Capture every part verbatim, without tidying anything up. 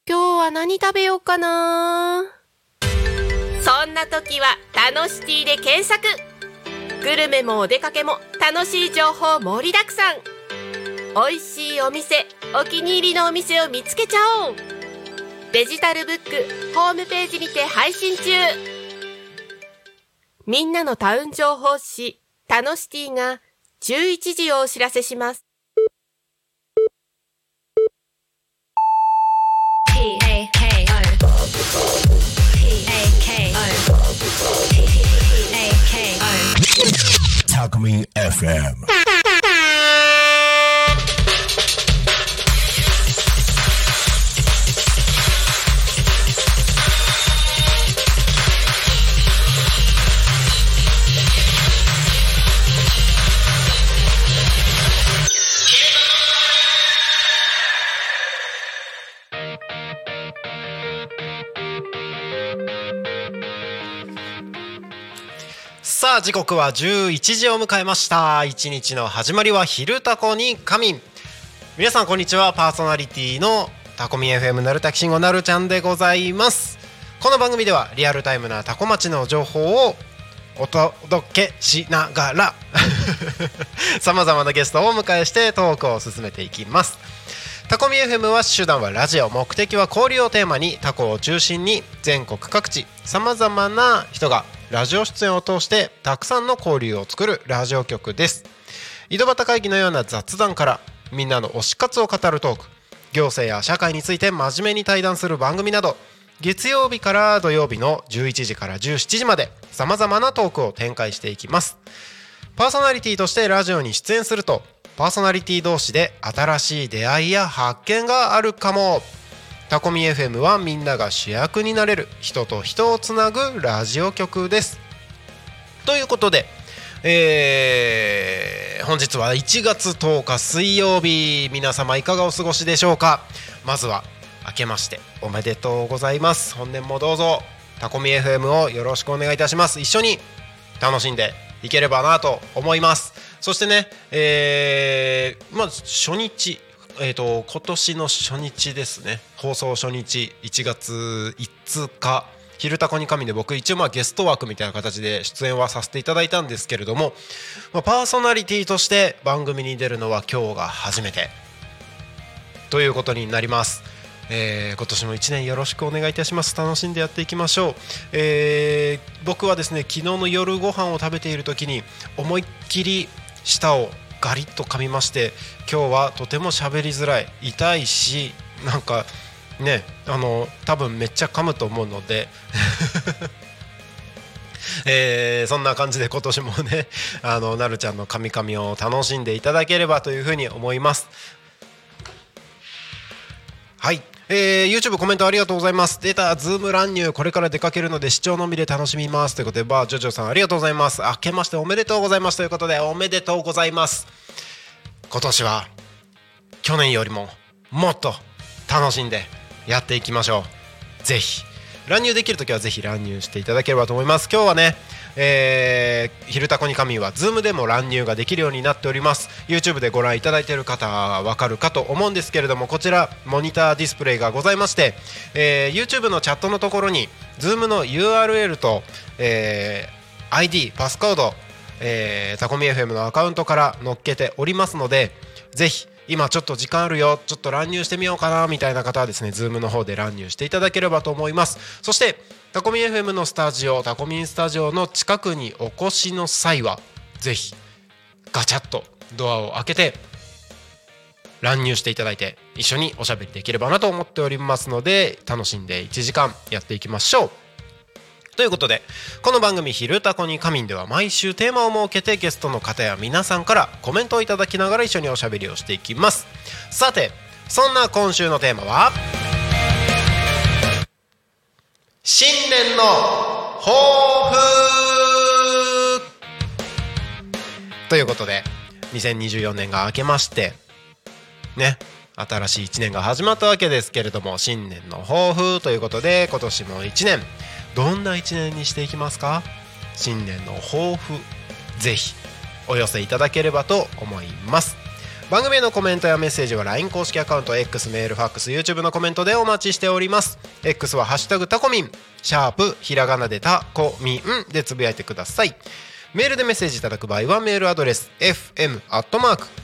今日は何食べようかな。そんな時はタノシティで検索。グルメもお出かけも楽しい情報盛りだくさん。美味しいお店、お気に入りのお店を見つけちゃおう。デジタルブックホームページにて配信中。みんなのタウン情報誌タノシティがじゅういちじをお知らせします。 タコミン エフエム。さあ時刻はじゅういちじを迎えました。一日の始まりは昼タコに仮眠。皆さんこんにちは。パーソナリティのタコミン エフエム なるたきしんごなるちゃんでございます。この番組ではリアルタイムなタコ町の情報をお届けしながらさまざまなゲストをお迎えしてトークを進めていきます。タコミ エフエム は手段はラジオ、目的は交流をテーマにタコを中心に全国各地さまざまな人がラジオ出演を通してたくさんの交流を作るラジオ局です。井戸端会議のような雑談からみんなの推し活を語るトーク、行政や社会について真面目に対談する番組など、月曜日から土曜日のじゅういちじからじゅうしちじまでさまざまなトークを展開していきます。パーソナリティとしてラジオに出演するとパーソナリティ同士で新しい出会いや発見があるかも。タコミ エフエム はみんなが主役になれる人と人をつなぐラジオ局です。ということで、えー、本日はいちがつとおか水曜日、皆様いかがお過ごしでしょうか。まずは明けましておめでとうございます。本年もどうぞタコミ エフエム をよろしくお願いいたします。一緒に楽しんでいければなと思います。そしてね、えー、まず初日、えーと、今年の初日ですね。放送初日いちがついつか、昼タコに神で僕一応まあゲスト枠みたいな形で出演はさせていただいたんですけれども、まあ、パーソナリティとして番組に出るのは今日が初めてということになります。えー、今年もいちねんよろしくお願いいたします。楽しんでやっていきましょう。えー、僕はですね、昨日の夜ご飯を食べている時に思いっきり舌をガリッと噛みまして、今日はとても喋りづらい、痛いし、なんかね、あの多分めっちゃ噛むと思うのでえー、そんな感じで今年もね、あのなるちゃんの噛み噛みを楽しんでいただければというふうに思います。はい、えー、YouTube コメントありがとうございます。出た、ズーム乱入、これから出かけるので視聴のみで楽しみますということで、バージョジョさんありがとうございます。明けましておめでとうございますということで、おめでとうございます。今年は去年よりももっと楽しんでやっていきましょう。ぜひ乱入できるときはぜひ乱入していただければと思います。今日はね、えー、昼タコに神は Zoom でも乱入ができるようになっております。 YouTube でご覧いただいている方はわかるかと思うんですけれども、こちらモニターディスプレイがございまして、えー、YouTube のチャットのところに Zoom の ユーアールエル と、えー、アイディー パスコード、えー、タコミ エフエム のアカウントから載っけておりますので、ぜひ今ちょっと時間あるよ、ちょっと乱入してみようかなみたいな方はですね、 Zoom の方で乱入していただければと思います。そしてタコミ エフエム のスタジオ、タコミンスタジオの近くにお越しの際はぜひガチャッとドアを開けて乱入していただいて一緒におしゃべりできればなと思っておりますので、楽しんでいちじかんやっていきましょう。ということで、この番組昼タコに仮眠では毎週テーマを設けてゲストの方や皆さんからコメントをいただきながら一緒におしゃべりをしていきます。さて、そんな今週のテーマは新年の抱負ということで、にせんにじゅうよねんが明けましてね、新しいいちねんが始まったわけですけれども、新年の抱負ということで、今年もいちねんどんないちねんにしていきますか。新年の抱負ぜひお寄せいただければと思います。 番組へのコメントやメッセージは ライン 公式アカウント X、メール、ファックス、YouTube のコメントでお待ちしております。 X はハッシュタグタコミンシャープひらがなでタコミンでつぶやいてください。メールでメッセージいただく場合はメールアドレス エフエム アットマーク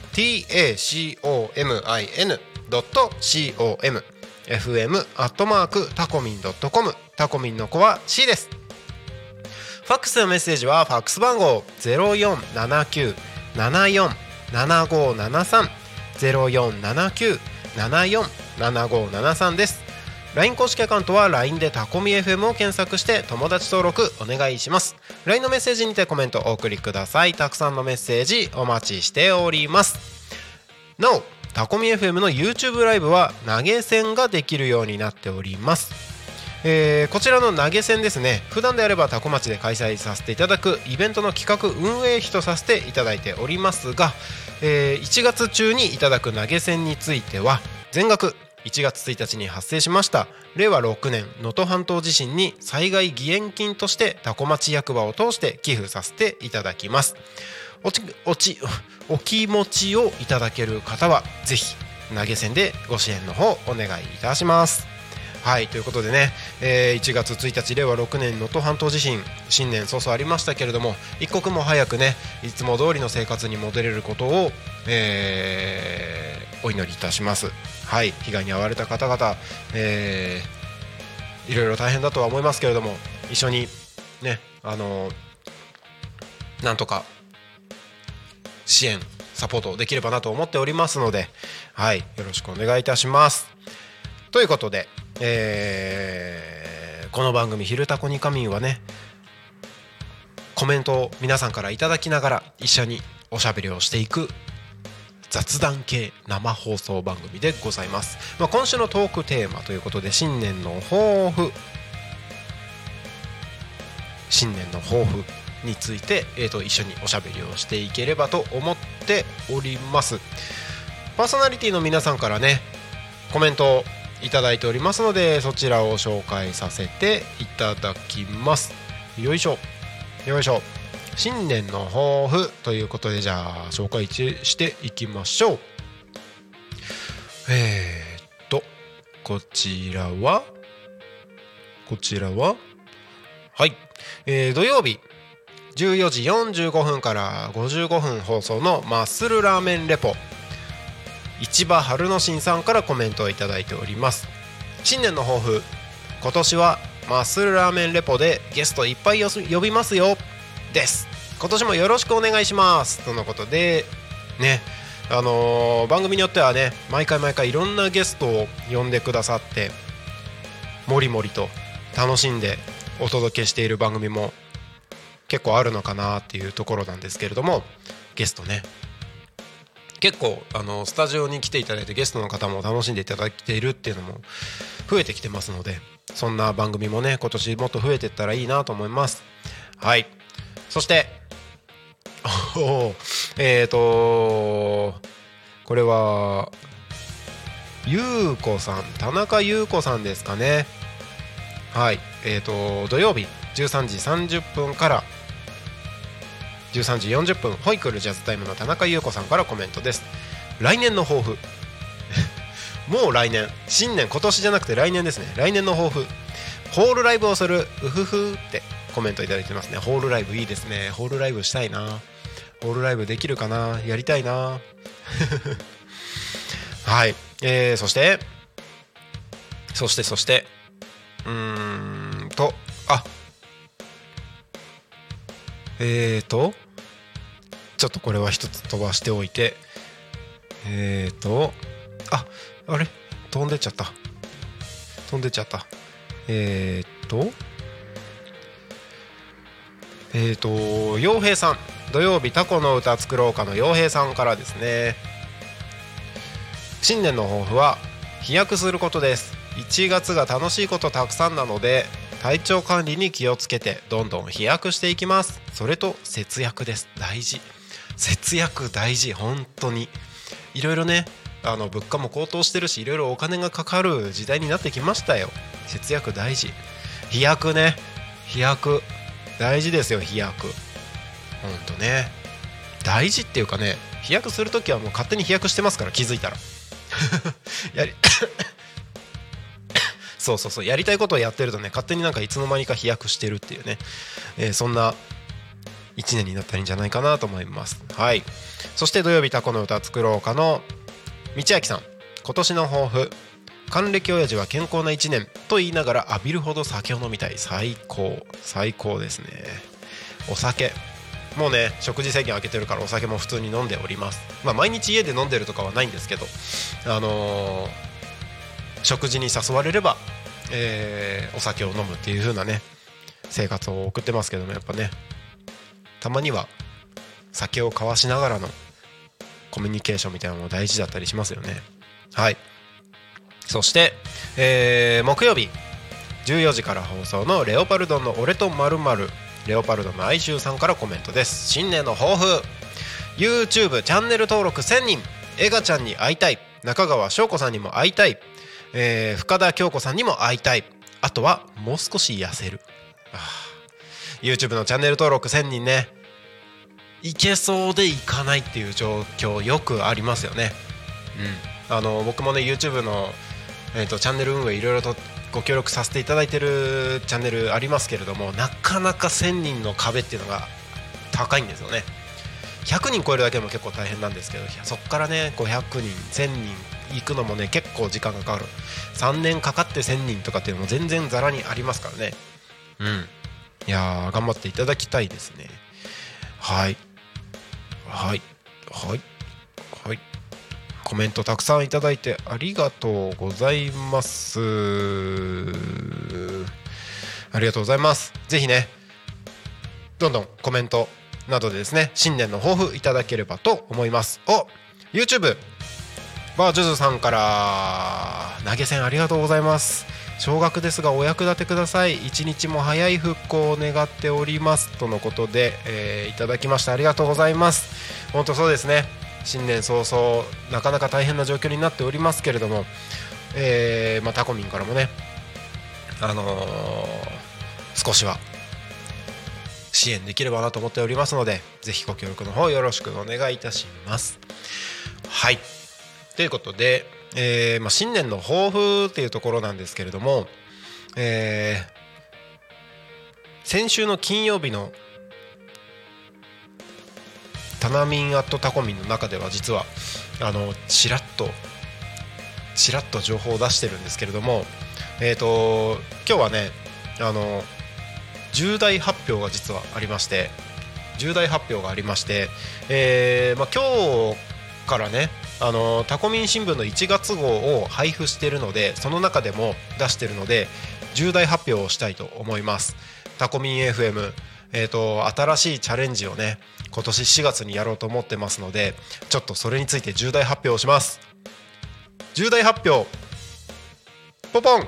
タコミン ドット コム エフエム アットマーク タコミン ドット コム タコミンの子は シー です。ファックスのメッセージはファックス番号 ゼロよんななきゅう ななよん ななごななさん ゼロよんななきゅう ななよん ななごななさん です。 ライン 公式アカウントは ライン でタコミ エフエム を検索して友達登録お願いします。 ライン のメッセージにてコメントお送りください。たくさんのメッセージお待ちしております。なおタコミ エフエム の YouTube ライブは投げ銭ができるようになっております。えー、こちらの投げ銭ですね、普段であればタコ町で開催させていただくイベントの企画運営費とさせていただいておりますが、えー、いちがつ中にいただく投げ銭については全額いちがつついたちに発生しましたれいわろくねん能登半島地震に災害義援金としてタコ町役場を通して寄付させていただきます。おちおちお気持ちをいただける方はぜひ投げ銭でご支援の方お願いいたします。はい、ということでね、えー、いちがつついたちれいわろくねん能登半島地震新年早々ありましたけれども、一刻も早くねいつも通りの生活に戻れることを、えー、お祈りいたします。はい、被害に遭われた方々、えー、いろいろ大変だとは思いますけれども、一緒にね、あのー、なんとか支援サポートできればなと思っておりますので、はい、よろしくお願いいたします。ということで、えー、この番組ひるタコにかみんはね、コメントを皆さんからいただきながら一緒におしゃべりをしていく雑談系生放送番組でございます。まあ、今週のトークテーマということで、新年の抱負新年の抱負について、えー、と一緒におしゃべりをしていければと思っております。パーソナリティの皆さんからねコメントをいただいておりますので、そちらを紹介させていただきます。よいしょよいしょ。新年の抱負ということで、じゃあ紹介していきましょう。えー、っとこちらはこちらははい、えー、土曜日じゅうよじよんじゅうごふんからごじゅうごふん放送のマッスルラーメンレポ、市場春之進さんからコメントをいただいております。新年の抱負、今年はマッスルラーメンレポでゲストいっぱい呼びますよです。今年もよろしくお願いしますとのことでね、あのー、番組によってはね毎回毎回いろんなゲストを呼んでくださってもりもりと楽しんでお届けしている番組も結構あるのかなっていうところなんですけれども、ゲストね結構あのスタジオに来ていただいてゲストの方も楽しんでいただいているっていうのも増えてきてますので、そんな番組もね今年もっと増えていったらいいなと思います。はい、そしてえーとこれはゆうこさん、田中ゆうこさんですかね。はい、えーと土曜日じゅうさんじさんじゅっぷんからじゅうさんじよんじゅっぷん、ホイクルジャズタイムの田中優子さんからコメントです。来年の抱負もう来年、新年、今年じゃなくて来年ですね。来年の抱負、ホールライブをする、うふふってコメントいただいてますね。ホールライブいいですね。ホールライブしたいな。ホールライブできるかな、やりたいなはい、えー、そしてそしてそしてうーんとあえーとちょっとこれは一つ飛ばしておいて、えーとああれ飛んでっちゃった飛んでっちゃったえーとえーと陽平さん、土曜日タコの歌作ろうかの陽平さんからですね。新年の抱負は飛躍することです。いちがつが楽しいことたくさんなので体調管理に気をつけてどんどん飛躍していきます。それと節約です。大事、節約大事。本当にいろいろね、あの物価も高騰してるしいろいろお金がかかる時代になってきましたよ。節約大事。飛躍ね、飛躍大事ですよ。飛躍ほんとね大事っていうかね、 飛躍するときはもう勝手に飛躍してますから、気づいたらやりそうそうそう、やりたいことをやってるとね、勝手になんかいつの間にか飛躍してるっていうね、えー、そんないちねんになったらいいんじゃないかなと思います。はい。そして土曜日タコの歌作ろうかの道明さん、今年の抱負、還暦親父は健康ないちねんと言いながら浴びるほど酒を飲みたい。最高最高ですね。お酒もうね、食事制限開けてるからお酒も普通に飲んでおります。まあ毎日家で飲んでるとかはないんですけど、あのー、食事に誘われれば、えー、お酒を飲むっていう風なね生活を送ってますけども、やっぱねたまには酒を交わしながらのコミュニケーションみたいなのも大事だったりしますよね。はい。そして、えー、木曜日じゅうよじから放送のレオパルドンの俺と〇〇、レオパルドンの哀愁さんからコメントです。新年の抱負、 YouTube チャンネル登録せんにん、エガちゃんに会いたい、中川翔子さんにも会いたい、えー、深田恭子さんにも会いたい、あとはもう少し痩せる。あ YouTube のチャンネル登録せんにんね、いけそうでいかないっていう状況よくありますよね。うん、あの僕もね YouTube の、えーと、チャンネル運営いろいろとご協力させていただいてるチャンネルありますけれども、なかなかせんにんの壁っていうのが高いんですよね。ひゃくにん超えるだけでも結構大変なんですけど、そこからねごひゃくにんせんにん行くのもね結構時間がかかる。さんねんかかってせんにんとかっていうのも全然ざらにありますからね。うん、いやー頑張っていただきたいですね。はいはいはいはい。コメントたくさんいただいてありがとうございます。ありがとうございます。ぜひねどんどんコメントなどでですね新年の抱負いただければと思います。お YouTube バージョジョさんから投げ銭ありがとうございます。少額ですがお役立てください。一日も早い復興を願っておりますとのことで、えー、いただきました。ありがとうございます。本当そうですね、新年早々なかなか大変な状況になっておりますけれども、えーまあ、タコミンからもね、あのー、少しは支援できればなと思っておりますので、ぜひご協力の方よろしくお願いいたします。はい、ということで、えーまあ、新年の抱負っていうところなんですけれども、えー、先週の金曜日のタナミンアットタコミンの中では実はあのちらっとちらっと情報を出してるんですけれども、えーと今日はねあの重大発表が実はありまして重大発表がありまして、えーまあ、今日からねあのタコミン新聞のいちがつ号を配布しているので、その中でも出しているので重大発表をしたいと思います。タコミン エフエム、えーと新しいチャレンジをね今年しがつにやろうと思ってますので、ちょっとそれについて重大発表をします。重大発表ポポン、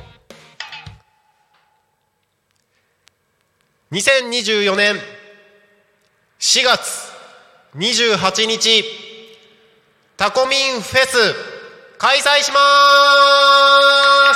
にせんにじゅうよねんしがつにじゅうはちにちタコミンフェス開催しまー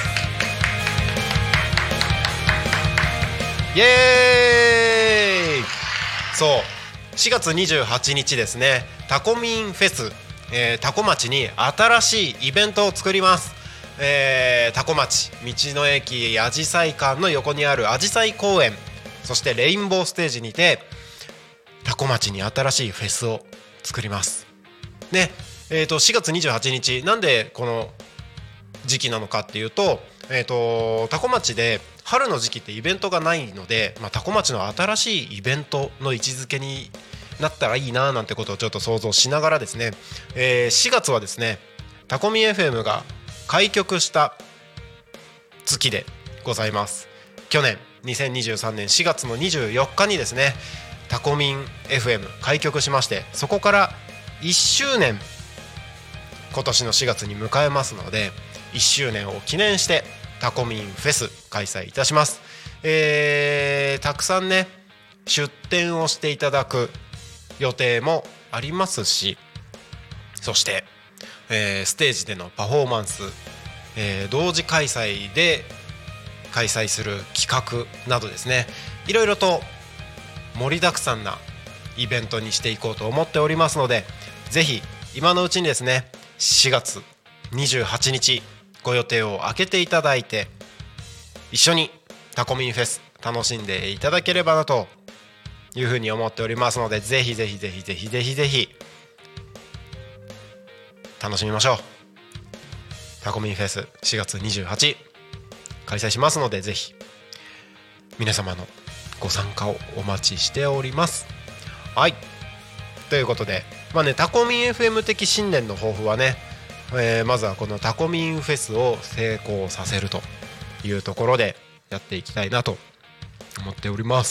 す。イエーイ。そうしがつにじゅうはちにちですね、タコミンフェス、えー、タコ町に新しいイベントを作ります。えー、タコ町道の駅あじさい館の横にあるあじさい公園、そしてレインボーステージにてタコ町に新しいフェスを作りますね。えー、としがつにじゅうはちにちなんでこの時期なのかっていうと、えー、とタコ町で春の時期ってイベントがないので、まあ、タコ町の新しいイベントの位置づけになったらいいななんてことをちょっと想像しながらですね、えー、しがつはですねタコミ エフエム が開局した月でございます。去年にせんにじゅうさんねんしがつのにじゅうよっかにですねタコミン エフエム 開局しまして、そこからいっしゅうねん今年のしがつに迎えますので、いっしゅうねんを記念してタコミンフェス開催いたします。えー、たくさんね出展をしていただく予定もありますし、そして、えー、ステージでのパフォーマンス、えー、同時開催で開催する企画などですね、いろいろと盛りだくさんなイベントにしていこうと思っておりますので、 ぜひ今のうちにですねしがつにじゅうはちにちご予定を空けていただいて、一緒にタコミンフェス楽しんでいただければなというふうに思っておりますので、ぜひぜひぜひぜひぜひぜひ楽しみましょう。タコミンフェスしがつにじゅうはち開催しますので、ぜひ皆様のご参加をお待ちしております。はい、ということで、まあね、タコミン エフエム 的新年の抱負はね、えー、まずはこのタコミンフェスを成功させるというところでやっていきたいなと思っております。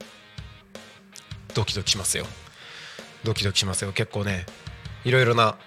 ドキドキしますよ、ドキドキしますよ。結構ね、いろいろな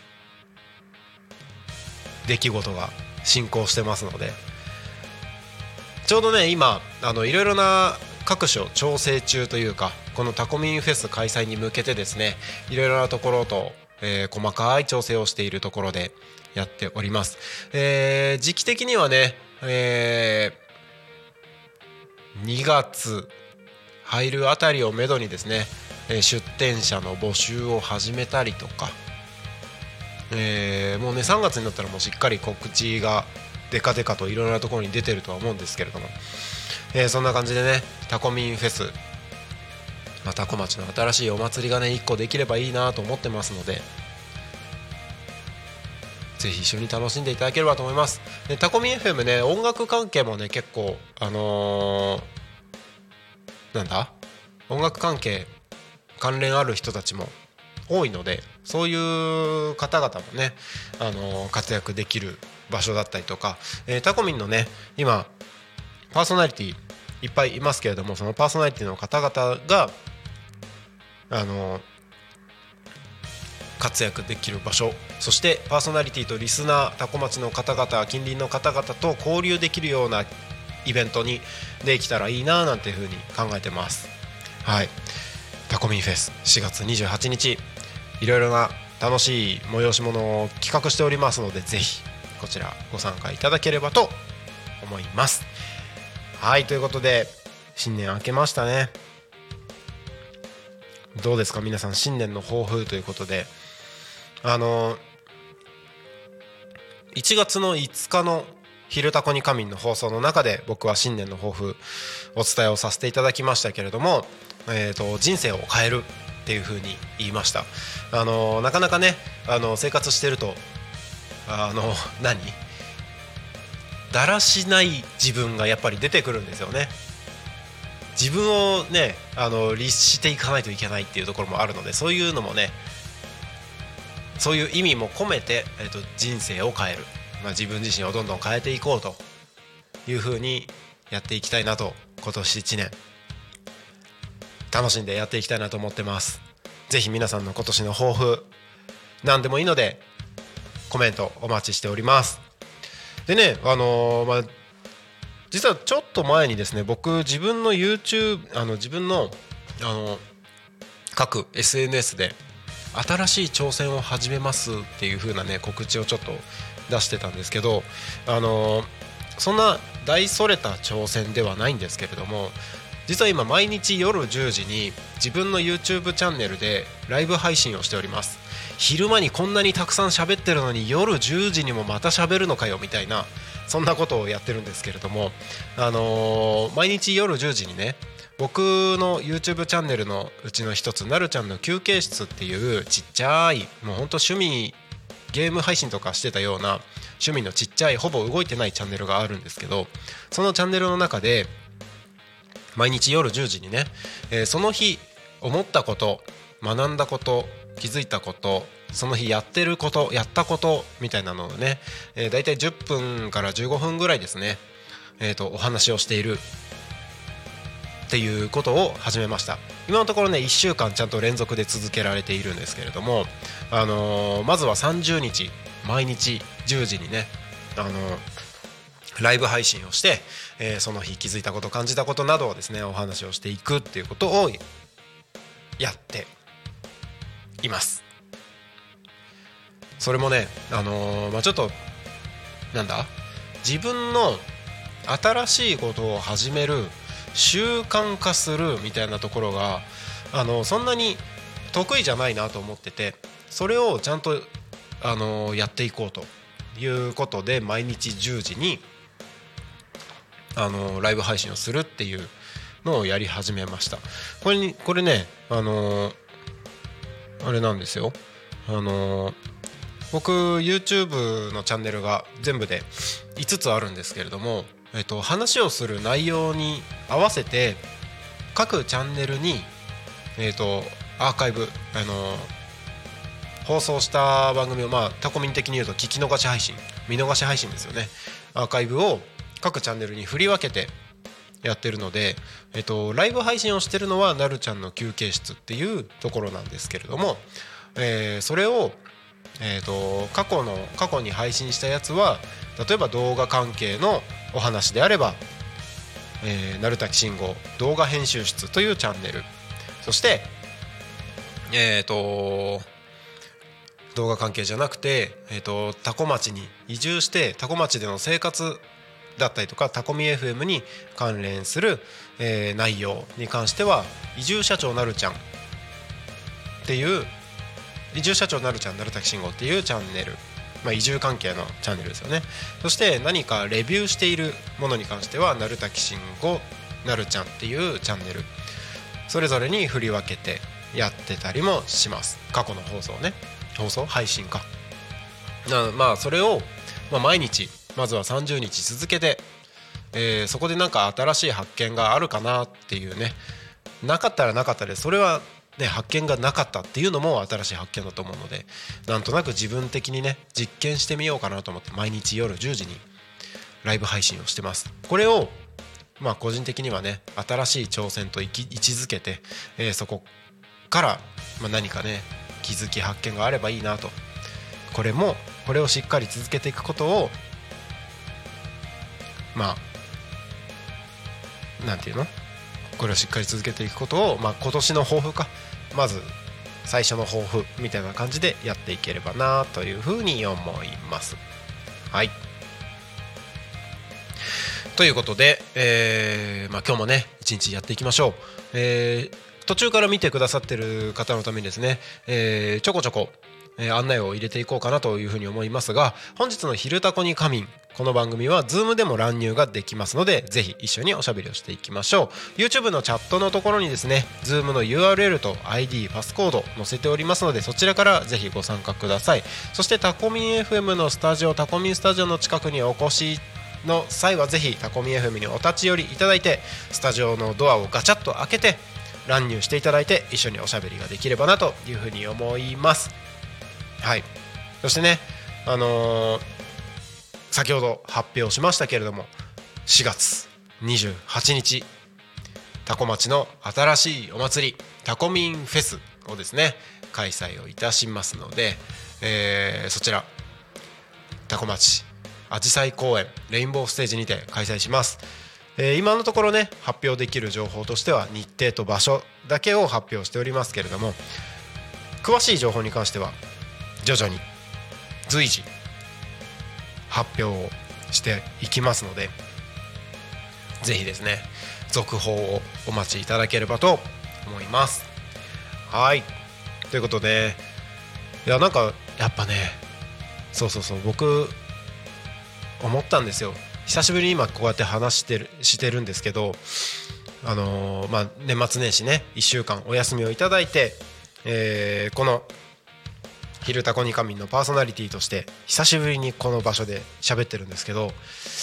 出来事が進行してますので、ちょうどね今あのいろいろな各所調整中というか、このタコミンフェス開催に向けてですね、いろいろなところと、えー、細かい調整をしているところでやっております。えー、時期的にはね、えー、にがつ入るあたりをめどにですね、えー、出店者の募集を始めたりとか、えー、もうねさんがつになったらもうしっかり告知がデカデカといろいろなところに出てるとは思うんですけれども、えー、そんな感じでね、タコミンフェス、まあ、タコ町の新しいお祭りがねいっこできればいいなと思ってますので、ぜひ一緒に楽しんでいただければと思います。でタコミン エフエム ね、音楽関係もね結構あのー、なんだ音楽関係関連ある人たちも多いので、そういう方々もね、あのー、活躍できる場所だったりとか、えー、タコミンのね今パーソナリティいっぱいいますけれども、そのパーソナリティの方々があの活躍できる場所、そしてパーソナリティとリスナー、タコ町の方々、近隣の方々と交流できるようなイベントにできたらいいななんていうふうに考えてます。はい、タコミンフェスしがつにじゅうはちにち、いろいろな楽しい催し物を企画しておりますので、ぜひこちらご参加いただければと思います。はい、ということで新年明けましたね。どうですか皆さん、新年の抱負ということで、あのいちがつのいつかの昼タコに仮眠の放送の中で、僕は新年の抱負お伝えをさせていただきましたけれども、えーと、人生を変えるっていうふうに言いました。あのなかなかね、あの生活してるとあの何だらしない自分がやっぱり出てくるんですよね。自分をねあの律していかないといけないっていうところもあるので、そういうのもね、そういう意味も込めて、えーと、人生を変える、まあ、自分自身をどんどん変えていこうというふうにやっていきたいなと、今年いちねん楽しんでやっていきたいなと思ってます。ぜひ皆さんの今年の抱負何でもいいのでコメントお待ちしております。でね、あのーまあ、実はちょっと前にですね、僕自分の YouTube あの自分の、あの各 エスエヌエス で新しい挑戦を始めますっていう風なね告知をちょっと出してたんですけど、あのー、そんな大それた挑戦ではないんですけれども、実は今毎日夜じゅうじに自分の YouTube チャンネルでライブ配信をしております。昼間にこんなにたくさん喋ってるのに夜じゅうじにもまた喋るのかよみたいな、そんなことをやってるんですけれども、あのー、毎日夜じゅうじにね、僕の YouTube チャンネルのうちの一つ、なるちゃんの休憩室っていうちっちゃい、もうほんと趣味ゲーム配信とかしてたような趣味のちっちゃい、ほぼ動いてないチャンネルがあるんですけど、そのチャンネルの中で毎日夜じゅうじにね、えー、その日思ったこと、学んだこと、気づいたこと、その日やってること、やったことみたいなのをね、えー、だいたいじゅっぷんからじゅうごふんぐらいですね、えーとお話をしているっていうことを始めました。今のところねいっしゅうかんちゃんと連続で続けられているんですけれども、あのー、まずはさんじゅうにち毎日じゅうじにね、あのー、ライブ配信をして、えー、その日気づいたこと、感じたことなどをですねお話をしていくっていうことをやっています。それもね、あのーまあ、ちょっとなんだ自分の新しいことを始める、習慣化するみたいなところが、あのそんなに得意じゃないなと思ってて、 それをちゃんと、あのー、やっていこうということで毎日じゅうじに、あのー、ライブ配信をするっていうのをやり始めました。これにこれね、あのー、あれなんですよ、あのー、僕 YouTube のチャンネルが全部でいつつあるんですけれども、えっと、話をする内容に合わせて各チャンネルに、えっと、アーカイブ、あのー放送した番組を、まあ、タコミン的に言うと聞き逃し配信、見逃し配信ですよね。アーカイブを各チャンネルに振り分けてやってるので、えっと、ライブ配信をしてるのはなるちゃんの休憩室っていうところなんですけれども、えー、それを、えーと、過去の過去に配信したやつは、例えば動画関係のお話であれば、えー、なるたきしんご動画編集室というチャンネル、そしてえーと動画関係じゃなくて、えーと、タコ町に移住してタコ町での生活だったりとかタコミ エフエム に関連する、えー、内容に関しては移住社長なるちゃんっていう移住社長なるちゃんなるたきしんごっていうチャンネル、まあ、移住関係のチャンネルですよね。そして何かレビューしているものに関してはなるたきしんごなるちゃんっていうチャンネル、それぞれに振り分けてやってたりもします。過去の放送ね、放送配信かな。まあそれを、まあ、毎日まずはさんじゅうにち続けて、えー、そこでなんか新しい発見があるかなっていうね、なかったらなかったで、それはね発見がなかったっていうのも新しい発見だと思うので、なんとなく自分的にね実験してみようかなと思って毎日夜じゅうじにライブ配信をしてます。これをまあ個人的にはね新しい挑戦と位置づけて、えー、そこから、まあ、何かね気づき発見があればいいなと、これもこれをしっかり続けていくことを、まあなんていうのこれをしっかり続けていくことを、まあ、今年の抱負か、まず最初の抱負みたいな感じでやっていければなというふうに思います。はい、ということで、えーまあ、今日もね一日やっていきましょう。えー途中から見てくださってる方のためにですね、えー、ちょこちょこ、えー、案内を入れていこうかなというふうに思いますが、本日の昼タコに仮眠、この番組は Zoom でも乱入ができますので、ぜひ一緒におしゃべりをしていきましょう。 YouTube のチャットのところにですね Zoom の ユーアールエル と アイディー パスコード載せておりますので、そちらからぜひご参加ください。そしてタコミン エフエム のスタジオ、タコミンスタジオの近くにお越しの際はぜひタコミン エフエム にお立ち寄りいただいて、スタジオのドアをガチャッと開けて乱入していただいて一緒におしゃべりができればなというふうに思います。はい、そしてね、あのー、先ほど発表しましたけれども、しがつにじゅうはちにちタコ町の新しいお祭りタコミンフェスをですね開催をいたしますので、えー、そちらタコ町あじさい公園レインボーステージにて開催します。えー、今のところね発表できる情報としては日程と場所だけを発表しておりますけれども、詳しい情報に関しては徐々に随時発表をしていきますので、ぜひですね続報をお待ちいただければと思います。はい、ということで、いやなんかやっぱね、そうそうそう、僕思ったんですよ。久しぶりに今こうやって話してるしてるんですけど、あのーまあ、年末年始ねいっしゅうかんお休みをいただいて、えー、この「昼タコに仮眠」のパーソナリティとして久しぶりにこの場所で喋ってるんですけど、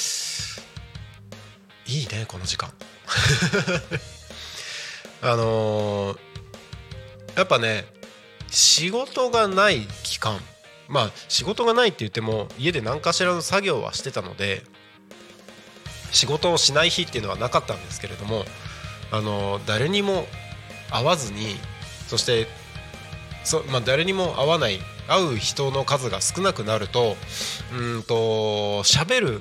いいねこの時間あのー、やっぱね仕事がない期間、まあ仕事がないって言っても家で何かしらの作業はしてたので仕事をしない日っていうのはなかったんですけれども、あの誰にも会わずに、そしてそ、まあ、誰にも会わない会う人の数が少なくなると、うんと喋る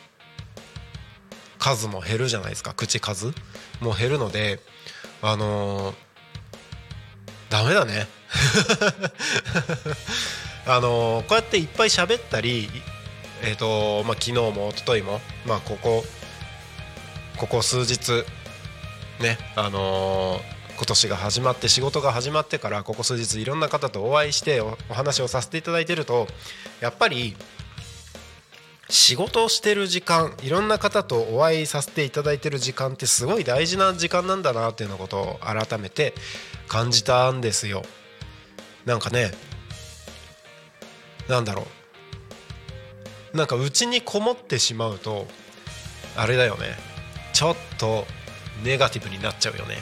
数も減るじゃないですか。口数も減るので、あのー、ダメだねあのー、こうやっていっぱい喋ったり、えーとまあ、昨日も一昨日も、まあ、ここここ数日ね、あのー、 今年が始まって仕事が始まってからここ数日いろんな方とお会いしてお話をさせていただいていると、やっぱり仕事をしてる時間、いろんな方とお会いさせていただいてる時間ってすごい大事な時間なんだなっていうようなことを改めて感じたんですよ。なんかね、なんだろう、なんか家にこもってしまうとあれだよね、ちょっとネガティブになっちゃうよね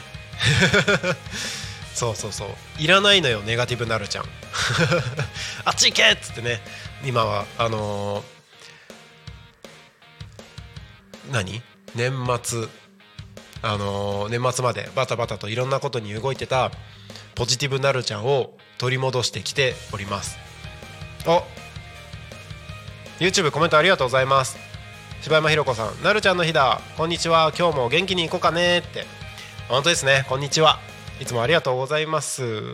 そうそうそう、いらないのよネガティブなるちゃんあっち行けっつってね、今はあのー、何年末あのー、年末までバタバタといろんなことに動いてたポジティブなるちゃんを取り戻してきております。お YouTube コメントありがとうございます。柴山ひろ子さん、なるちゃんの日だ、こんにちは、今日も元気に行こうかねって。本当ですね、こんにちは、いつもありがとうございます。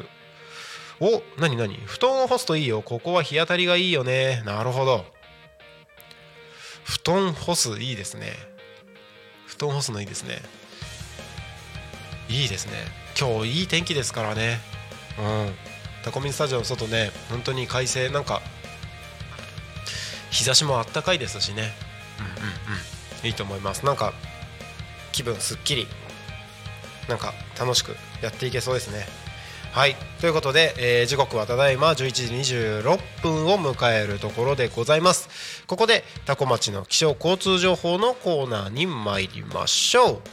お、なになに、布団を干すといいよ、ここは日当たりがいいよね。なるほど、布団干すいいですね。布団干すのいいですね。いいですね。今日いい天気ですからね。うん。タコミンスタジオの外ね、本当に快晴、なんか日差しもあったかいですしね。うんうんうん。いいと思います。なんか気分すっきり、なんか楽しくやっていけそうですね。はい、ということで、えー、時刻はただいまじゅういちじにじゅうろっぷんを迎えるところでございます。ここで多古町の気象交通情報のコーナーに参りましょう。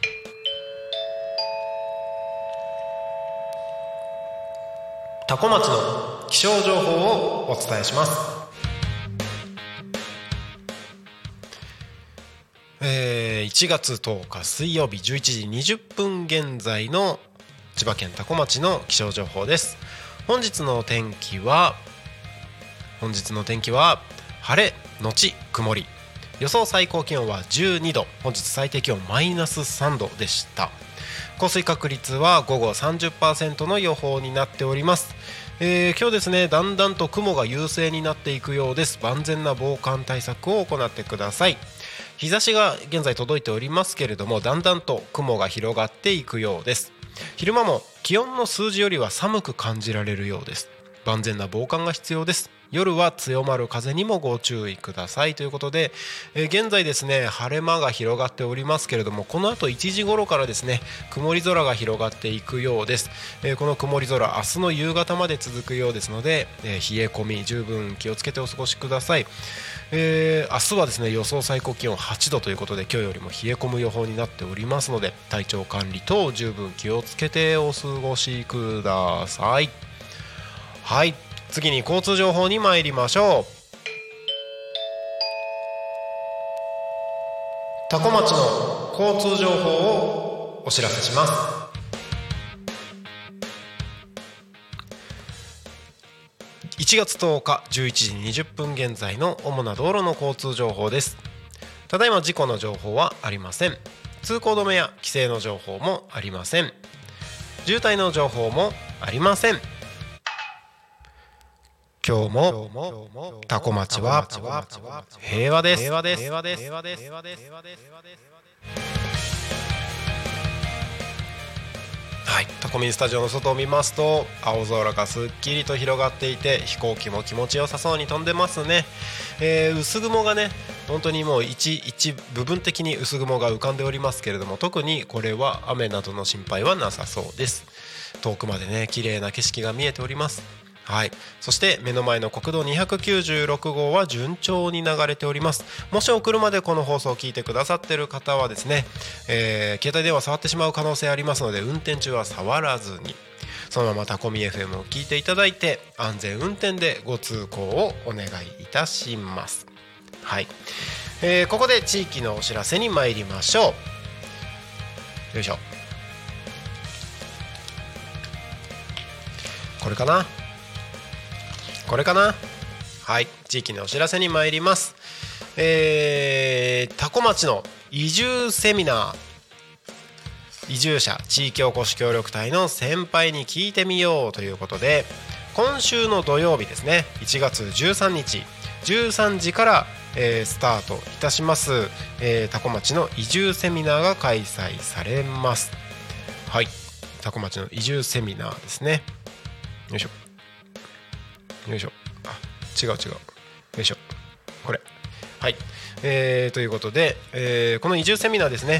多古町の気象情報をお伝えします。えー、いちがつとおか水曜日じゅういちじにじゅっぷん現在の千葉県多古町の気象情報です。本日の天気は本日の天気は晴れのち曇り、予想最高気温はじゅうにど、本日最低気温マイナスさんどでした。降水確率は午後 さんじゅっパーセント の予報になっております。えー、今日ですね、だんだんと雲が優勢になっていくようです。万全な防寒対策を行ってください。日差しが現在届いておりますけれども、だんだんと雲が広がっていくようです。昼間も気温の数字よりは寒く感じられるようです。万全な防寒が必要です。夜は強まる風にもご注意くださいということで、えー、現在ですね、晴れ間が広がっておりますけれども、この後いちじ頃からですね、曇り空が広がっていくようです。えー、この曇り空、明日の夕方まで続くようですので、えー、冷え込み十分気をつけてお過ごしください。えー、明日はですね、予想最高気温はちどということで、今日よりも冷え込む予報になっておりますので、体調管理等十分気をつけてお過ごしください。はい、次に交通情報に参りましょう。多古町の交通情報をお知らせします。いちがつとおかじゅういちじにじゅっぷん現在の主な道路の交通情報です。ただいま事故の情報はありません。通行止めや規制の情報もありません。渋滞の情報もありません。今日も多古町は平和です。平和です。平和です。平和です。平和です。平和です。はい、タコミンスタジオの外を見ますと、青空がすっきりと広がっていて、飛行機も気持ちよさそうに飛んでますね。えー、薄雲がね、本当にもう一一部分的に薄雲が浮かんでおりますけれども、特にこれは雨などの心配はなさそうです。遠くまでね、綺麗な景色が見えております。はい、そして目の前の国道にひゃくきゅうじゅうろくごうは順調に流れております。もしお車でこの放送を聞いてくださっている方はですね、えー、携帯電話触ってしまう可能性ありますので、運転中は触らずにそのままタコミ エフエム を聞いていただいて、安全運転でご通行をお願いいたします。はい、えー、ここで地域のお知らせに参りましょう。よいしょ、これかなこれかなはい、地域のお知らせに参ります。えー、多古町の移住セミナー、移住者地域おこし協力隊の先輩に聞いてみようということで、今週の土曜日ですね、いちがつじゅうさんにちじゅうさんじから、えー、スタートいたします、えー、多古町の移住セミナーが開催されます。はい、 タコ町の移住セミナーですね。よいしょよいしょ、あ違う違う、よいしょ、これはい、えー、ということで、えー、この移住セミナーですね、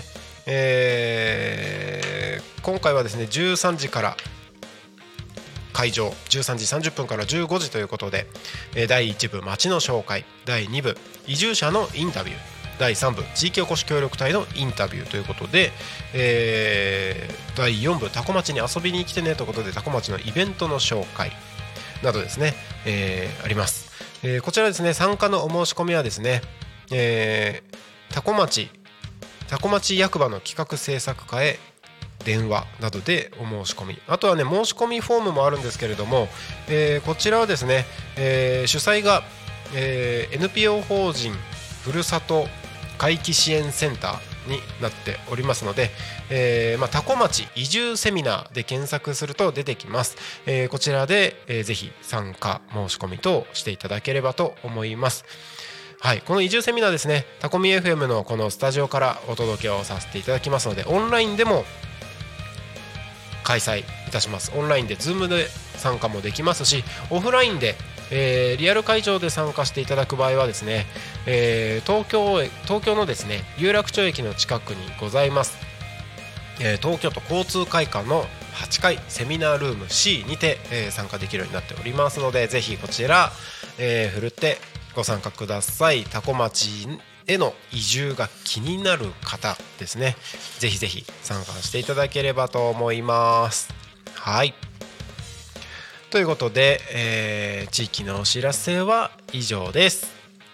えー、今回はですねじゅうさんじから会場、じゅうさんじさんじゅっぷんからじゅうごじということで、だいいち部町の紹介、だいに部移住者のインタビュー、だいさん部地域おこし協力隊のインタビューということで、えー、だいよん部タコ町に遊びに来てねということでタコ町のイベントの紹介などですね、えー、あります。えー、こちらですね、参加のお申し込みはですね、えー、タコ町タコ町役場の企画制作課へ電話などでお申し込み、あとはね申し込みフォームもあるんですけれども、えー、こちらはですね、えー、主催が、えー、エヌピーオー 法人ふるさと回帰支援センターになっておりますので、えーまあ、タコ町移住セミナーで検索すると出てきます。えー、こちらで、えー、ぜひ参加申し込み等していただければと思います。はい、この移住セミナーですね、タコミ エフエム のこのスタジオからお届けをさせていただきますので、オンラインでも開催いたします。オンラインで Zoom で参加もできますし、オフラインで、えー、リアル会場で参加していただく場合はですね、えー、東京東京のですね有楽町駅の近くにございます、えー、東京都交通会館のはちかいセミナールーム シー にて、えー、参加できるようになっておりますので、ぜひこちら、えー、ふるってご参加ください。タコ町への移住が気になる方ですね、ぜひぜひ参加していただければと思います。はい、ということで、えー、地域のお知らせは以上です。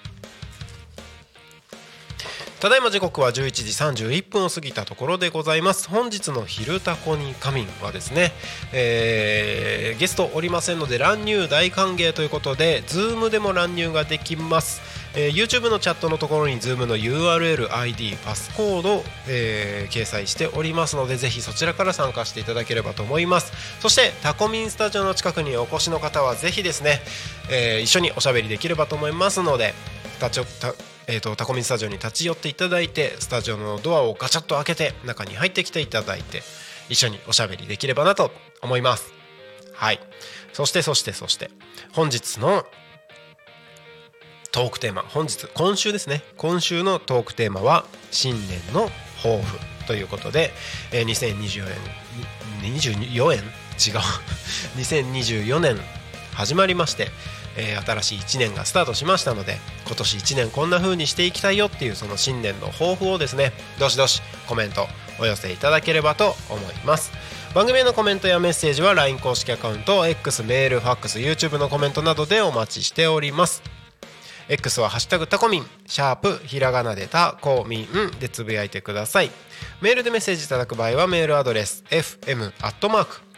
ただいま時刻はじゅういちじさんじゅういっぷんを過ぎたところでございます。本日の昼タコに仮眠はですね、えー、ゲストおりませんので乱入大歓迎ということで Zoom でも乱入ができます。えー、YouTube のチャットのところに Zoom の ユーアールエル、アイディー、パスコードを、えー、掲載しておりますので、ぜひそちらから参加していただければと思います。そしてタコミンスタジオの近くにお越しの方はぜひですね、えー、一緒におしゃべりできればと思いますので、立ちたえーと、タコミンスタジオに立ち寄っていただいて、スタジオのドアをガチャッと開けて中に入ってきていただいて一緒におしゃべりできればなと思います。はい、そしてそしてそして本日のトークテーマ、本日今週ですね今週のトークテーマは新年の抱負ということで、えー、にせんにじゅうよねんにじゅうよねん違うにせんにじゅうよねん始まりまして、えー、新しいいちねんがスタートしましたので、今年いちねんこんな風にしていきたいよっていうその新年の抱負をですね、どしどしコメントお寄せいただければと思います。番組へのコメントやメッセージは ライン 公式アカウント、X、メール、ファックス、YouTube のコメントなどでお待ちしております。X はハッシュタグタコミン、シャープひらがなでタコミンでつぶやいてください。メールでメッセージいただく場合はメールアドレス エフエム アットマーク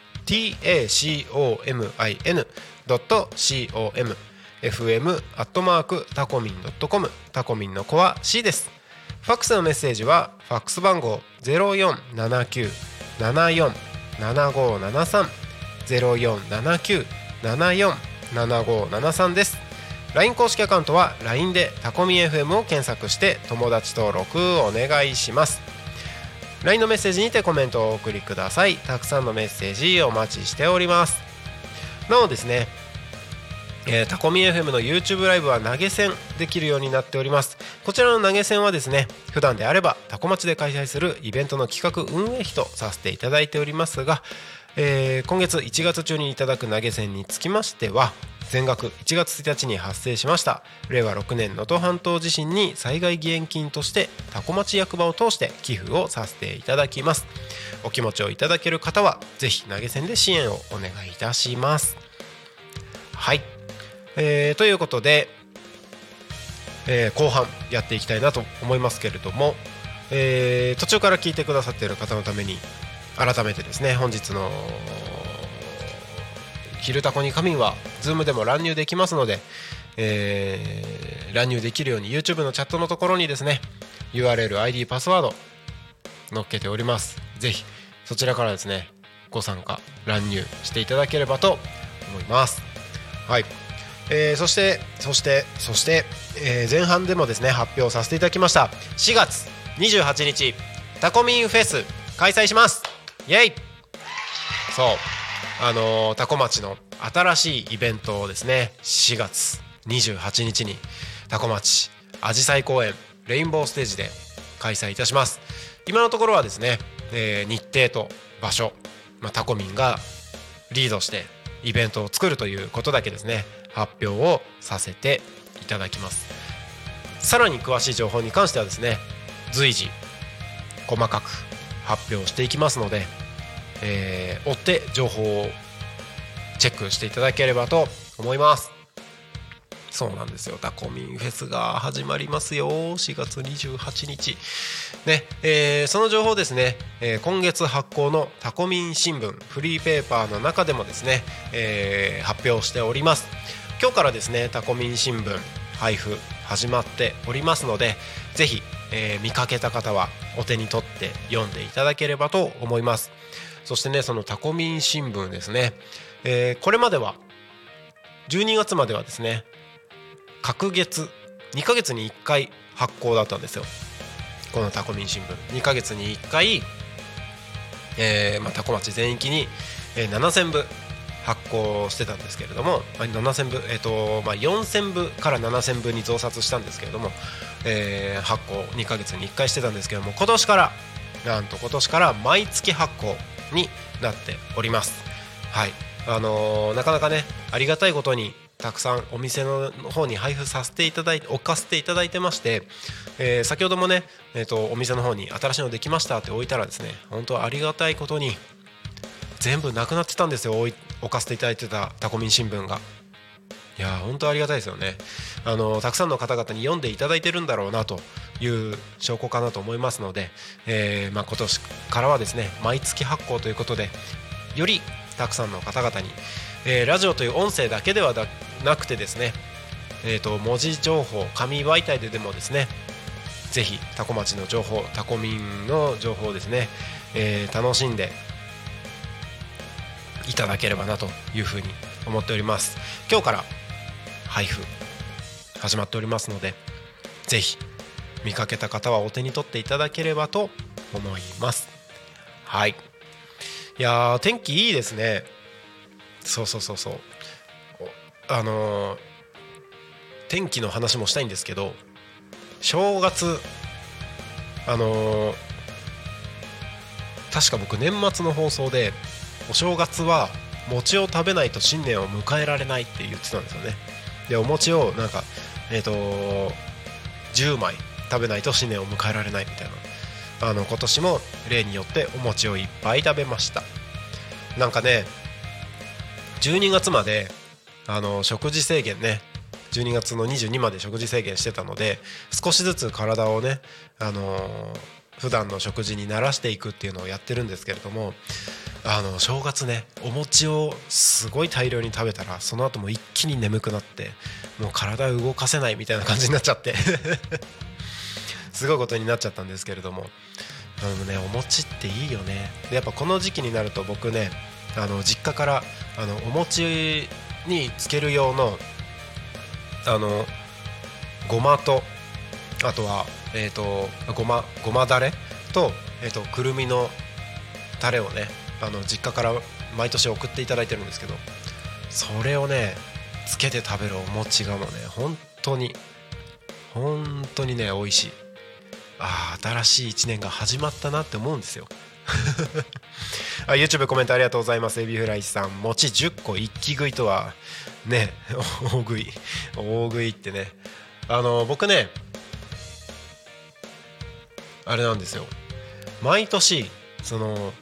タコミン ドット コム エフエム アットマーク タコミン ドット コム、 タコミンの子は C です。ファックスのメッセージはファックス番号 ゼロよんななきゅう ななよん ななごななさん ゼロよんななきゅう ななよん ななごななさんです。 ライン 公式アカウントは ライン でタコミ エフエム を検索して友達登録お願いします。 ライン のメッセージにてコメントをお送りください。たくさんのメッセージお待ちしております。なおですね、えー、タコミ エフエム の YouTube ライブは投げ銭できるようになっております。こちらの投げ銭はですね、普段であればタコ町で開催するイベントの企画運営費とさせていただいておりますが、えー、今月いちがつ中にいただく投げ銭につきましては全額いちがつついたちに発生しましたれいわろくねん能登半島地震に災害義援金としてタコ町役場を通して寄付をさせていただきます。お気持ちをいただける方はぜひ投げ銭で支援をお願いいたします。はい、えー、ということで、えー、後半やっていきたいなと思いますけれども、えー、途中から聞いてくださっている方のために改めてですね、本日の昼タコに仮眠は Zoom でも乱入できますので、えー、乱入できるように YouTube のチャットのところにですね ユーアールエル、アイディー、パスワード載っけております。ぜひそちらからですねご参加乱入していただければと思います。はい、えー、そしてそしてそして、えー、前半でもですね発表させていただきましたしがつにじゅうはちにちタコミンフェス開催します。イエイ。 そうあのー、タコ町の新しいイベントをですねしがつにじゅうはちにちにタコ町あじさい公園レインボーステージで開催いたします。今のところはですね、えー、日程と場所、まあ、タコミンがリードしてイベントを作るということだけですね発表をさせていただきます。さらに詳しい情報に関してはですね随時細かく発表していきますので、えー、追って情報をチェックしていただければと思います。そうなんですよ、タコミンフェスが始まりますよ。しがつにじゅうはちにちね、えー、その情報ですね、えー、今月発行のタコミン新聞フリーペーパーの中でもですね、えー、発表しております。今日からですねタコミン新聞配布始まっておりますので、ぜひ、えー、見かけた方はお手に取って読んでいただければと思います。そしてねそのタコミン新聞ですね、えー、これまではじゅうにがつまではですね隔月にかげつにいっかい発行だったんですよ。このタコミン新聞にかげつにいっかい、えーまあ、タコ町全域に、えー、ななせんぶ発行してたんですけれども、まあ、ななせんぶ、えーとまあ、よんせんぶからななせんぶに増刷したんですけれども、えー、発行にかげつにいっかいしてたんですけれども、今年からなんと今年から毎月発行になっております。はい、あのー、なかなかねありがたいことにたくさんお店の方に配布させていただいて置かせていただいてまして、えー、先ほどもね、えーと、お店の方に新しいのできましたって置いたらですね、本当ありがたいことに全部なくなってたんですよ。置い置かせていただいてたタコミン新聞が。いや本当ありがたいですよね。あのたくさんの方々に読んでいただいてるんだろうなという証拠かなと思いますので、えーまあ、今年からはですね毎月発行ということで、よりたくさんの方々に、えー、ラジオという音声だけではなくてですね、えーと文字情報紙媒体ででもですね、ぜひタコ町の情報タコミンの情報をですね、えー、楽しんでいただければなというふうに思っております。今日から配布始まっておりますので、ぜひ見かけた方はお手に取っていただければと思います。はい、いやー天気いいですね。そうそうそうそうあのー、天気の話もしたいんですけど、正月あのー、確か僕年末の放送でお正月は餅を食べないと新年を迎えられないって言ってたんですよね。でお餅をなんかえっとじゅうまい食べないと新年を迎えられないみたいな、あの今年も例によってお餅をいっぱい食べました。なんかねじゅうにがつまであの食事制限ね、じゅうにがつのにじゅうにまで食事制限してたので、少しずつ体をねあのー、普段の食事に慣らしていくっていうのをやってるんですけれども、あの正月ねお餅をすごい大量に食べたら、その後も一気に眠くなってもう体を動かせないみたいな感じになっちゃってすごいことになっちゃったんですけれども、あのねお餅っていいよね。でやっぱこの時期になると僕ねあの実家からあのお餅につける用のあのごまと、あとはえっとごまごまだれとえっとくるみのタレをねあの実家から毎年送っていただいてるんですけど、それをねつけて食べるお餅がもうね本当に本当にね美味しい。ああ新しいいちねんが始まったなって思うんですよあ YouTube コメントありがとうございます。エビフライさん、餅じゅっこ一気食いとはね大食い大食いってね、あの僕ねあれなんですよ、毎年その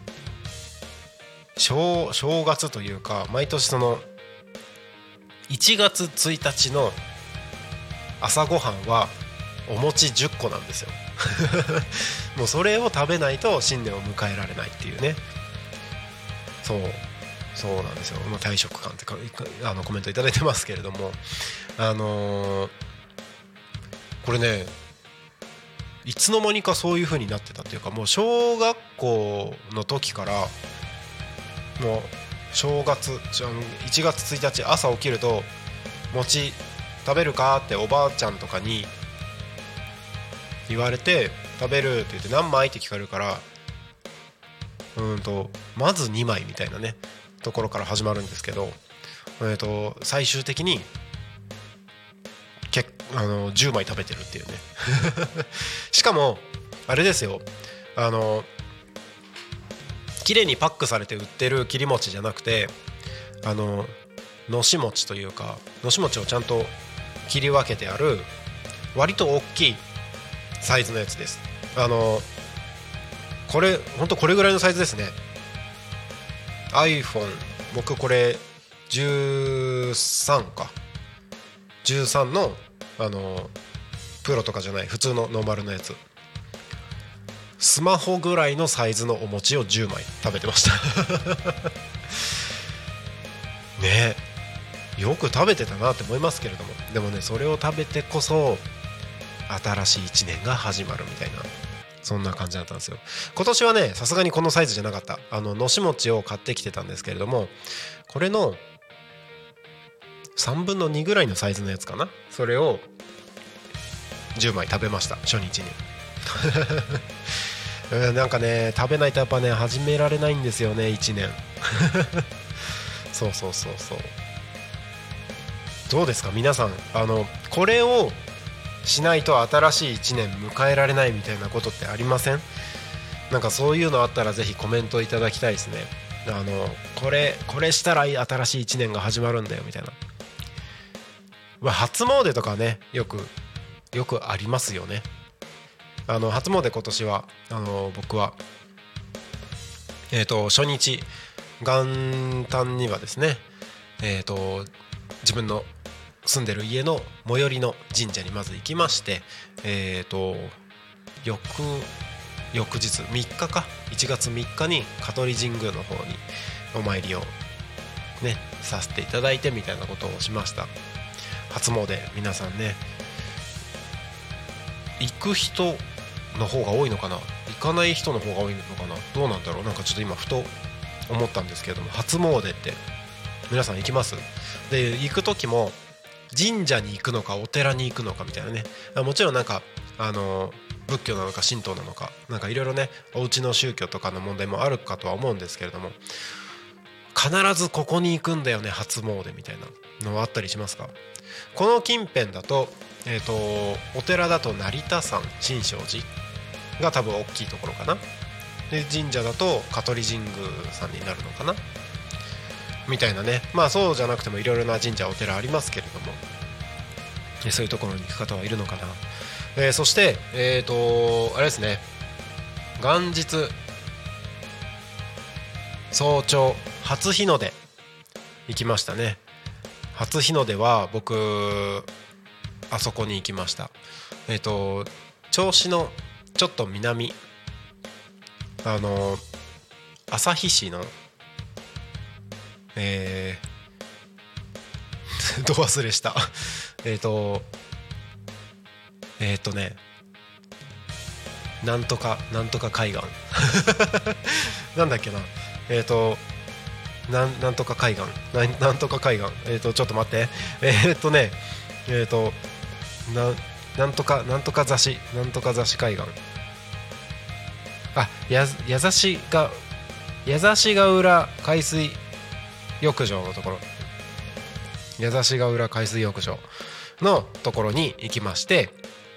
正, 正月というか毎年そのいちがつついたちの朝ごはんはお餅じゅっこなんですよもうそれを食べないと新年を迎えられないっていうね、そうそうなんですよ。まあ、退職感ってかあのコメントいただいてますけれども、あのー、これねいつの間にかそういう風になってたっていうか、もう小学校の時からもう正月いちがつついたち朝起きると餅食べるかっておばあちゃんとかに言われて、食べるって言って何枚って聞かれるからうんとまずにまいみたいなねところから始まるんですけど、えー、と最終的にけあのじゅうまい食べてるっていうねしかもあれですよ、あの綺麗にパックされて売ってる切り餅じゃなくて、あののし餅というか、のし餅をちゃんと切り分けてある割と大きいサイズのやつです。あのこれほんとこれぐらいのサイズですね。 iPhone 僕これじゅうさんかじゅうさんのあのプロとかじゃない普通のノーマルのやつ、スマホぐらいのサイズのお餅をじゅうまい食べてましたねえ、よく食べてたなって思いますけれども、でもねそれを食べてこそ新しいいちねんが始まるみたいな、そんな感じだったんですよ。今年はねさすがにこのサイズじゃなかった、あののし餅を買ってきてたんですけれども、これのさんぶんのにぐらいのサイズのやつかな、それをじゅうまい食べました初日になんかね食べないとやっぱね始められないんですよねいちねんそうそうそうそう。どうですか皆さん、あのこれをしないと新しいいちねん迎えられないみたいなことってありません？なんかそういうのあったらぜひコメントいただきたいですね。あのこれこれしたら新しいいちねんが始まるんだよみたいな、まあ、初詣とかねよくよくありますよね。あの初詣今年はあの僕はえっと初日元旦にはですね、えっと自分の住んでる家の最寄りの神社にまず行きまして、えっと翌翌日みっかかいちがつみっかに香取神宮の方にお参りをねさせていただいてみたいなことをしました。初詣皆さんね行く人の方が多いのかな、行かない人の方が多いのかな、どうなんだろう。なんかちょっと今ふと思ったんですけれども、初詣って皆さん行きます？で行く時も神社に行くのかお寺に行くのかみたいなね、もちろんなんかあの仏教なのか神道なのかなんかいろいろねお家の宗教とかの問題もあるかとは思うんですけれども、必ずここに行くんだよね初詣みたいなのはあったりしますか？この近辺だと、えーとお寺だと成田山新勝寺が多分大きいところかな。で神社だと香取神宮さんになるのかなみたいなね。まあそうじゃなくてもいろいろな神社お寺ありますけれども、そういうところに行く方はいるのかな。えー、そしてえーとあれですね、元日早朝初日の出行きましたね。初日の出は僕あそこに行きました。えっと銚子のちょっと南、あの旭市のえーど忘れしたえっとえっとねなんとかなんとか海岸なんだっけな、えっとなんなんとか海岸な、なんとか海岸えっとちょっと待ってえっとねえっとななんとかなんとか座しなんとか座し海岸、あややざしがやざしが浦海水浴場のところ、やざしが浦海水浴場のところに行きまして、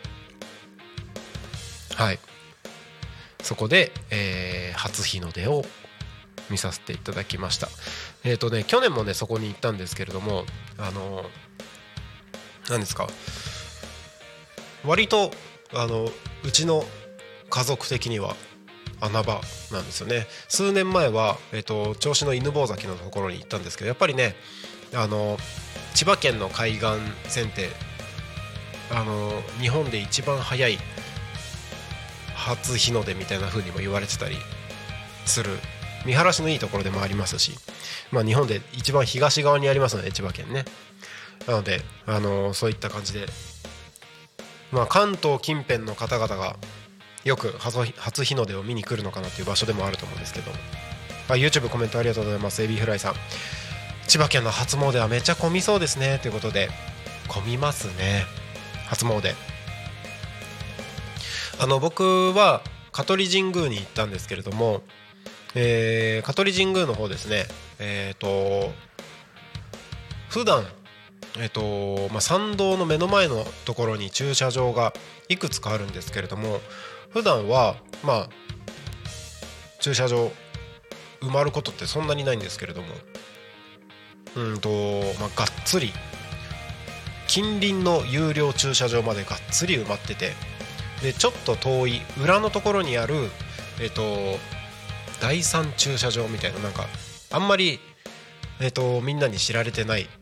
はいそこで、えー、初日の出を見させていただきました。えっとね去年もねそこに行ったんですけれども、あの何ですか、割とあのうちの家族的には穴場なんですよね。数年前は、えーと、銚子の犬吠埼のところに行ったんですけど、やっぱりねあの千葉県の海岸線ってあの日本で一番早い初日の出みたいな風にも言われてたりする見晴らしのいいところでもありますし、まあ、日本で一番東側にありますので千葉県ね。なのであのそういった感じで、まあ、関東近辺の方々がよく初日の出を見に来るのかなという場所でもあると思うんですけど、あ YouTube コメントありがとうございます。エビフライさん、千葉県の初詣はめっちゃ混みそうですねということで、混みますね初詣。あの僕は香取神宮に行ったんですけれども、 えー、香取神宮の方ですね、えーと普段えーとまあ、参道の目の前のところに駐車場がいくつかあるんですけれども、普段はまあ駐車場埋まることってそんなにないんですけれども、うんと、まあ、がっつり近隣の有料駐車場までがっつり埋まってて、でちょっと遠い裏のところにある、えっと、第三駐車場みたいな、なんかあんまり、えっと、みんなに知られてない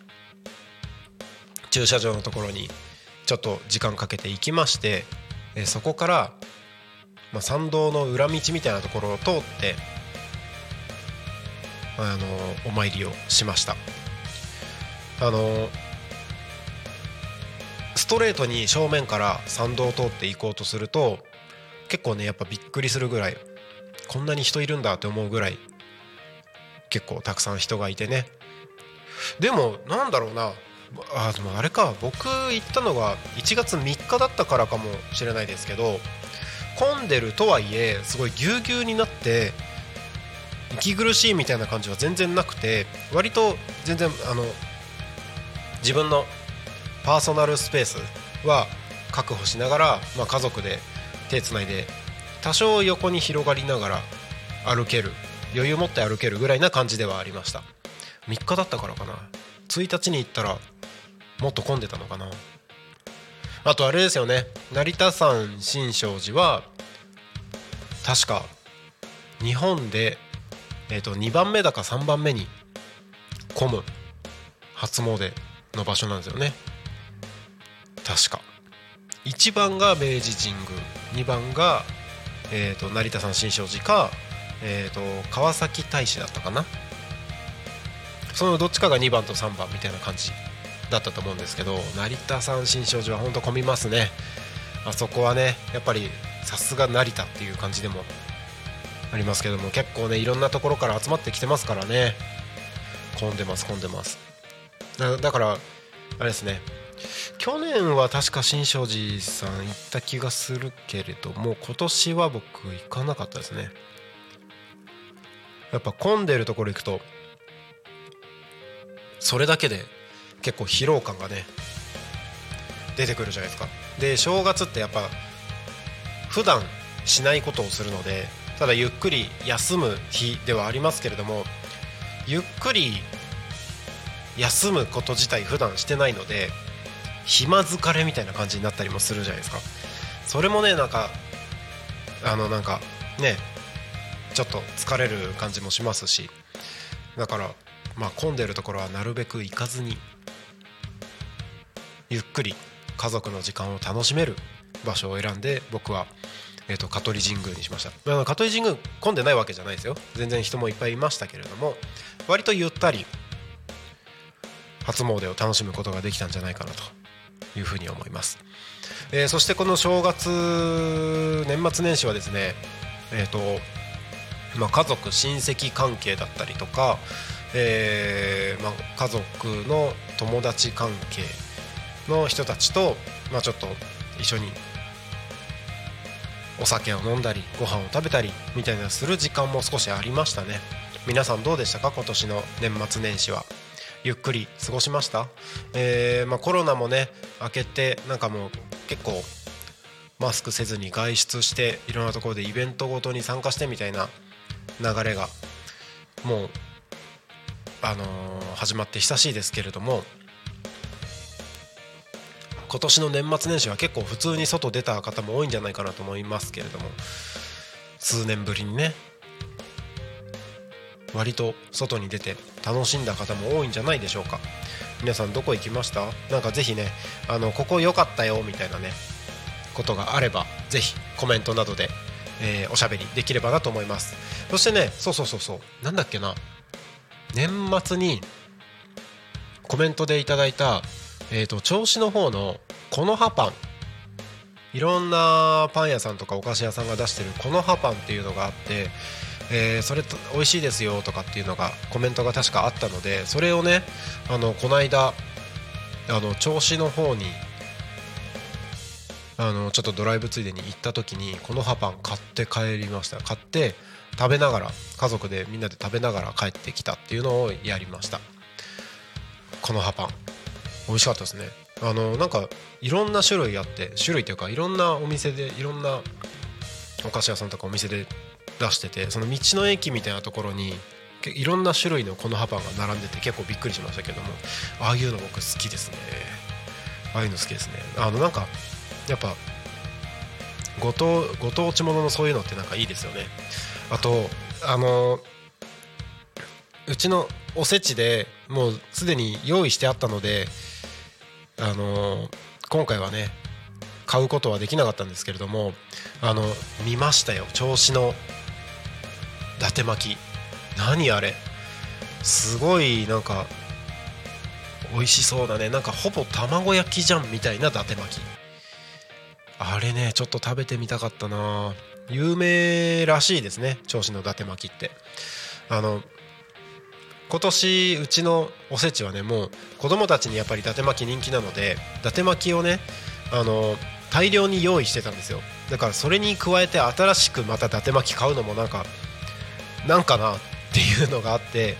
駐車場のところにちょっと時間かけて行きまして、えそこから、まあ、参道の裏道みたいなところを通ってあのお参りをしました。あのストレートに正面から参道を通って行こうとすると結構ねやっぱびっくりするぐらい、こんなに人いるんだって思うぐらい結構たくさん人がいてね。でもなんだろうな、あでもあれか、僕行ったのがいちがつみっかだったからかもしれないですけど、混んでるとはいえすごいぎゅうぎゅうになって息苦しいみたいな感じは全然なくて、割と全然あの自分のパーソナルスペースは確保しながら、まあ、家族で手つないで多少横に広がりながら歩ける、余裕持って歩けるぐらいな感じではありました。みっかだったからかな。ついたちに行ったらもっと混んでたのかな。あとあれですよね、成田山新勝寺は確か日本で、えーとにばんめだかさんばんめに混む初詣の場所なんですよね。確かいちばんが明治神宮、にばんが、えーと成田山新勝寺か、えーと川崎大師だったかな。そのどっちかがにばんとさんばんみたいな感じだったと思うんですけど、成田山新勝寺は本当混みますね。あそこはねやっぱりさすが成田っていう感じでもありますけども、結構ねいろんなところから集まってきてますからね。混んでます混んでます。 だ, だからあれですね、去年は確か新勝寺さん行った気がするけれども、今年は僕行かなかったですね。やっぱ混んでるところ行くとそれだけで結構疲労感がね出てくるじゃないですか。で正月ってやっぱ普段しないことをするので、ただゆっくり休む日ではありますけれども、ゆっくり休むこと自体普段してないので暇疲れみたいな感じになったりもするじゃないですか。それもねなんかあのなんかねちょっと疲れる感じもしますし、だからまあ混んでるところはなるべく行かずにゆっくり家族の時間を楽しめる場所を選んで僕は、えーと香取神宮にしました。香取神宮混んでないわけじゃないですよ、全然人もいっぱいいましたけれども、割とゆったり初詣を楽しむことができたんじゃないかなというふうに思います。えー、そしてこの正月年末年始はですね、えーとまあ、家族親戚関係だったりとか、えーまあ、家族の友達関係の人たちと、まあ、ちょっと一緒にお酒を飲んだりご飯を食べたりみたいなする時間も少しありましたね。皆さんどうでしたか？今年の年末年始はゆっくり過ごしました？えーまあ、コロナもね明けてなんかもう結構マスクせずに外出していろんなところでイベントごとに参加してみたいな流れがもう、あのー、始まって久しいですけれども、今年の年末年始は結構普通に外出た方も多いんじゃないかなと思いますけれども、数年ぶりにね割と外に出て楽しんだ方も多いんじゃないでしょうか。皆さんどこ行きました？なんかぜひねあのここ良かったよみたいなねことがあればぜひコメントなどで、えー、おしゃべりできればなと思います。そしてねそうそうそうそうなんだっけな、年末にコメントでいただいた、えーと、銚子の方のこの葉パン、いろんなパン屋さんとかお菓子屋さんが出してるこの葉パンっていうのがあって、えー、それ美味しいですよとかっていうのがコメントが確かあったので、それをねあのこの間あの銚子の方にあのちょっとドライブついでに行った時にこの葉パン買って帰りました。買って食べながら家族でみんなで食べながら帰ってきたっていうのをやりました。この葉パン美味しかったですね。あのなんかいろんな種類あって、種類というかいろんなお店でいろんなお菓子屋さんとかお店で出してて、その道の駅みたいなところにいろんな種類のこの葉パンが並んでて結構びっくりしましたけども、ああいうの僕好きですね。ああいうの好きですね。あのなんかやっぱご当ご当地もののそういうのってなんかいいですよね。あとあのうちのおせちでもうすでに用意してあったので、あの今回はね買うことはできなかったんですけれども、あの見ましたよ、銚子の伊達巻き。何あれ、すごいなんか美味しそうだね。なんかほぼ卵焼きじゃんみたいな伊達巻き。あれねちょっと食べてみたかったな。有名らしいですね、銚子の伊達巻きって。あの今年うちのおせちはね、もう子供たちにやっぱり伊達巻き人気なので、伊達巻きをねあの大量に用意してたんですよ。だからそれに加えて新しくまた伊達巻き買うのもなんかなんかなっていうのがあって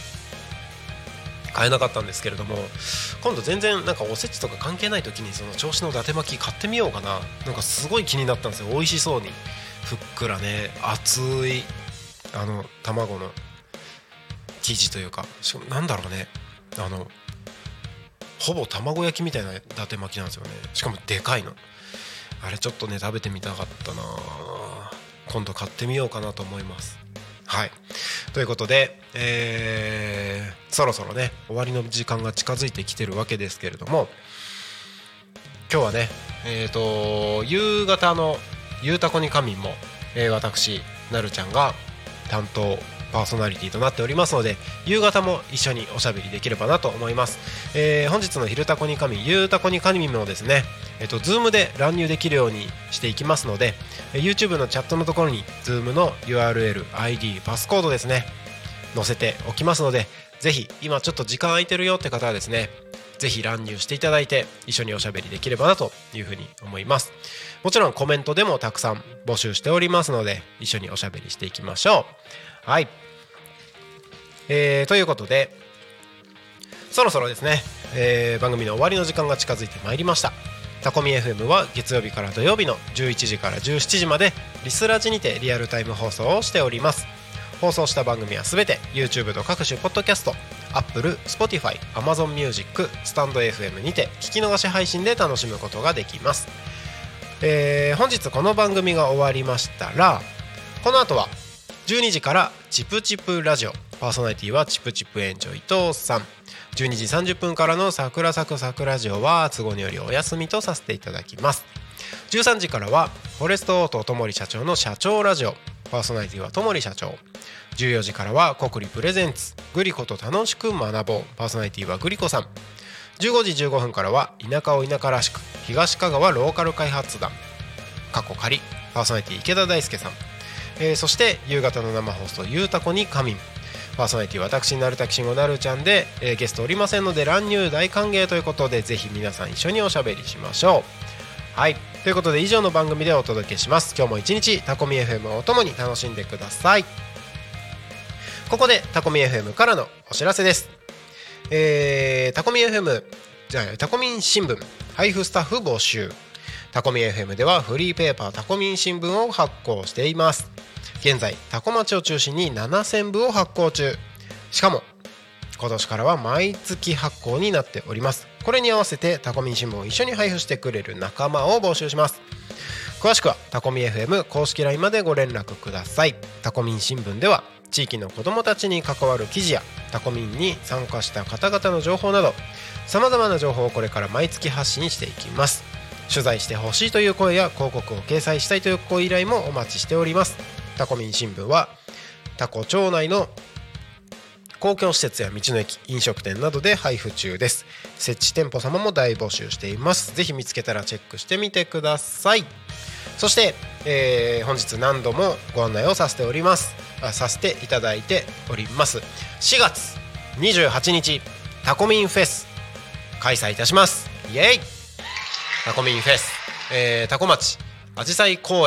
買えなかったんですけれども、今度全然なんかおせちとか関係ない時にその銚子の伊達巻き買ってみようかな。なんかすごい気になったんですよ。美味しそうにふっくらね、熱いあの卵の生地というか、しかもなんだろうね、あのほぼ卵焼きみたいな伊達巻きなんですよね。しかもでかいの。あれちょっとね食べてみたかったな。今度買ってみようかなと思います。はい、ということで、えー、そろそろね終わりの時間が近づいてきてるわけですけれども、今日はねえーと夕方のゆうたこに仮眠も、えー、私なるちゃんが担当パーソナリティとなっておりますので、夕方も一緒におしゃべりできればなと思います。えー、本日の昼タコに仮眠、ゆうたこに仮眠もですね、えっと、Zoom で乱入できるようにしていきますので、えー、YouTube のチャットのところに Zoom の ユーアールエル、アイディー、パスコードですね載せておきますので、ぜひ今ちょっと時間空いてるよって方はですね、ぜひ乱入していただいて一緒におしゃべりできればなというふうに思います。もちろんコメントでもたくさん募集しておりますので、一緒におしゃべりしていきましょう。はい、えー、ということでそろそろですね、えー、番組の終わりの時間が近づいてまいりました。タコミ エフエム は月曜日から土曜日のじゅういちじからじゅうしちじまでリスラジにてリアルタイム放送をしております。放送した番組はすべて YouTube と各種ポッドキャスト、 Apple、Spotify、Amazon Music、スタンド エフエム にて聞き逃し配信で楽しむことができます。えー、本日この番組が終わりましたら、この後はじゅうにじからチプチプラジオ、パーソナリティはチプチプエンジョイ伊藤さん。じゅうにじさんじゅっぷんからの桜咲く桜ジオは都合によりお休みとさせていただきます。じゅうさんじからはフォレストオートともり社長の社長ラジオ、パーソナリティはともり社長。じゅうよじからはコクリプレゼンツグリコと楽しく学ぼう、パーソナリティはグリコさん。じゅうごじじゅうごふんからは田舎を田舎らしく東香川ローカル開発団過去仮、パーソナリティ池田大輔さん。えー、そして夕方の生放送ゆうたこに仮眠、パーソナリティ私なるたきしんごなるちゃんで、えー、ゲストおりませんので乱入大歓迎ということで、ぜひ皆さん一緒におしゃべりしましょう。はい、ということで以上の番組でお届けします。今日も一日タコミ エフエム をおともに楽しんでください。ここでタコミ エフエム からのお知らせです。えー、タコミ エフエム じゃあタコミン新聞配布スタッフ募集。タコミ エフエム ではフリーペーパータコミン新聞を発行しています。現在タコ町を中心にななせんぶを発行中。しかも今年からは毎月発行になっております。これに合わせてタコミン新聞を一緒に配布してくれる仲間を募集します。詳しくはタコミ エフエム 公式 ライン までご連絡ください。タコミン新聞では地域の子どもたちに関わる記事やタコミンに参加した方々の情報などさまざまな情報をこれから毎月発信していきます。取材してほしいという声や広告を掲載したいというご依頼もお待ちしております。タコミン新聞はタコ町内の公共施設や道の駅、飲食店などで配布中です。設置店舗様も大募集しています。ぜひ見つけたらチェックしてみてください。そして、えー、本日何度もご案内をさせておりますあさせていただいておりますしがつにじゅうはちにちタコミンフェス開催いたします。イエイタコミンフェス、えー、タコ町あじさい公園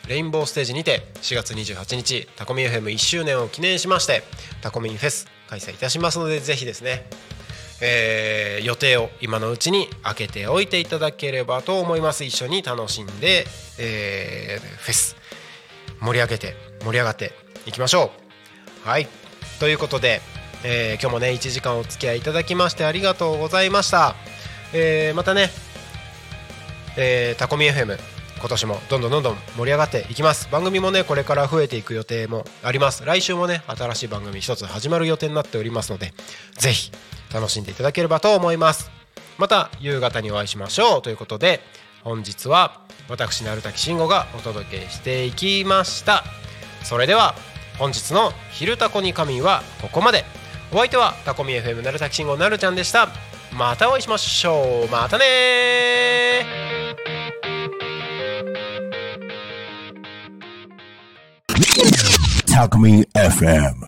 レインボーステージにてしがつにじゅうはちにちタコミ エフエムいっしゅうねんを記念しましてタコミンフェス開催いたしますので、ぜひですね、えー、予定を今のうちに開けておいていただければと思います。一緒に楽しんで、えー、フェス盛り上げて盛り上がっていきましょう。はい、ということで、えー、今日もねいちじかんお付き合いいただきましてありがとうございました。えー、またね、えー、タコミ エフエム今年もどんどんどんどん盛り上がっていきます。番組もねこれから増えていく予定もあります。来週もね新しい番組一つ始まる予定になっておりますので、ぜひ楽しんでいただければと思います。また夕方にお会いしましょうということで、本日は私鳴滝慎吾がお届けしていきました。それでは本日の昼タコに仮眠はここまで。お相手はタコミ エフエム 鳴滝慎吾なるちゃんでした。またお会いしましょう。またね。 タコミ エフエム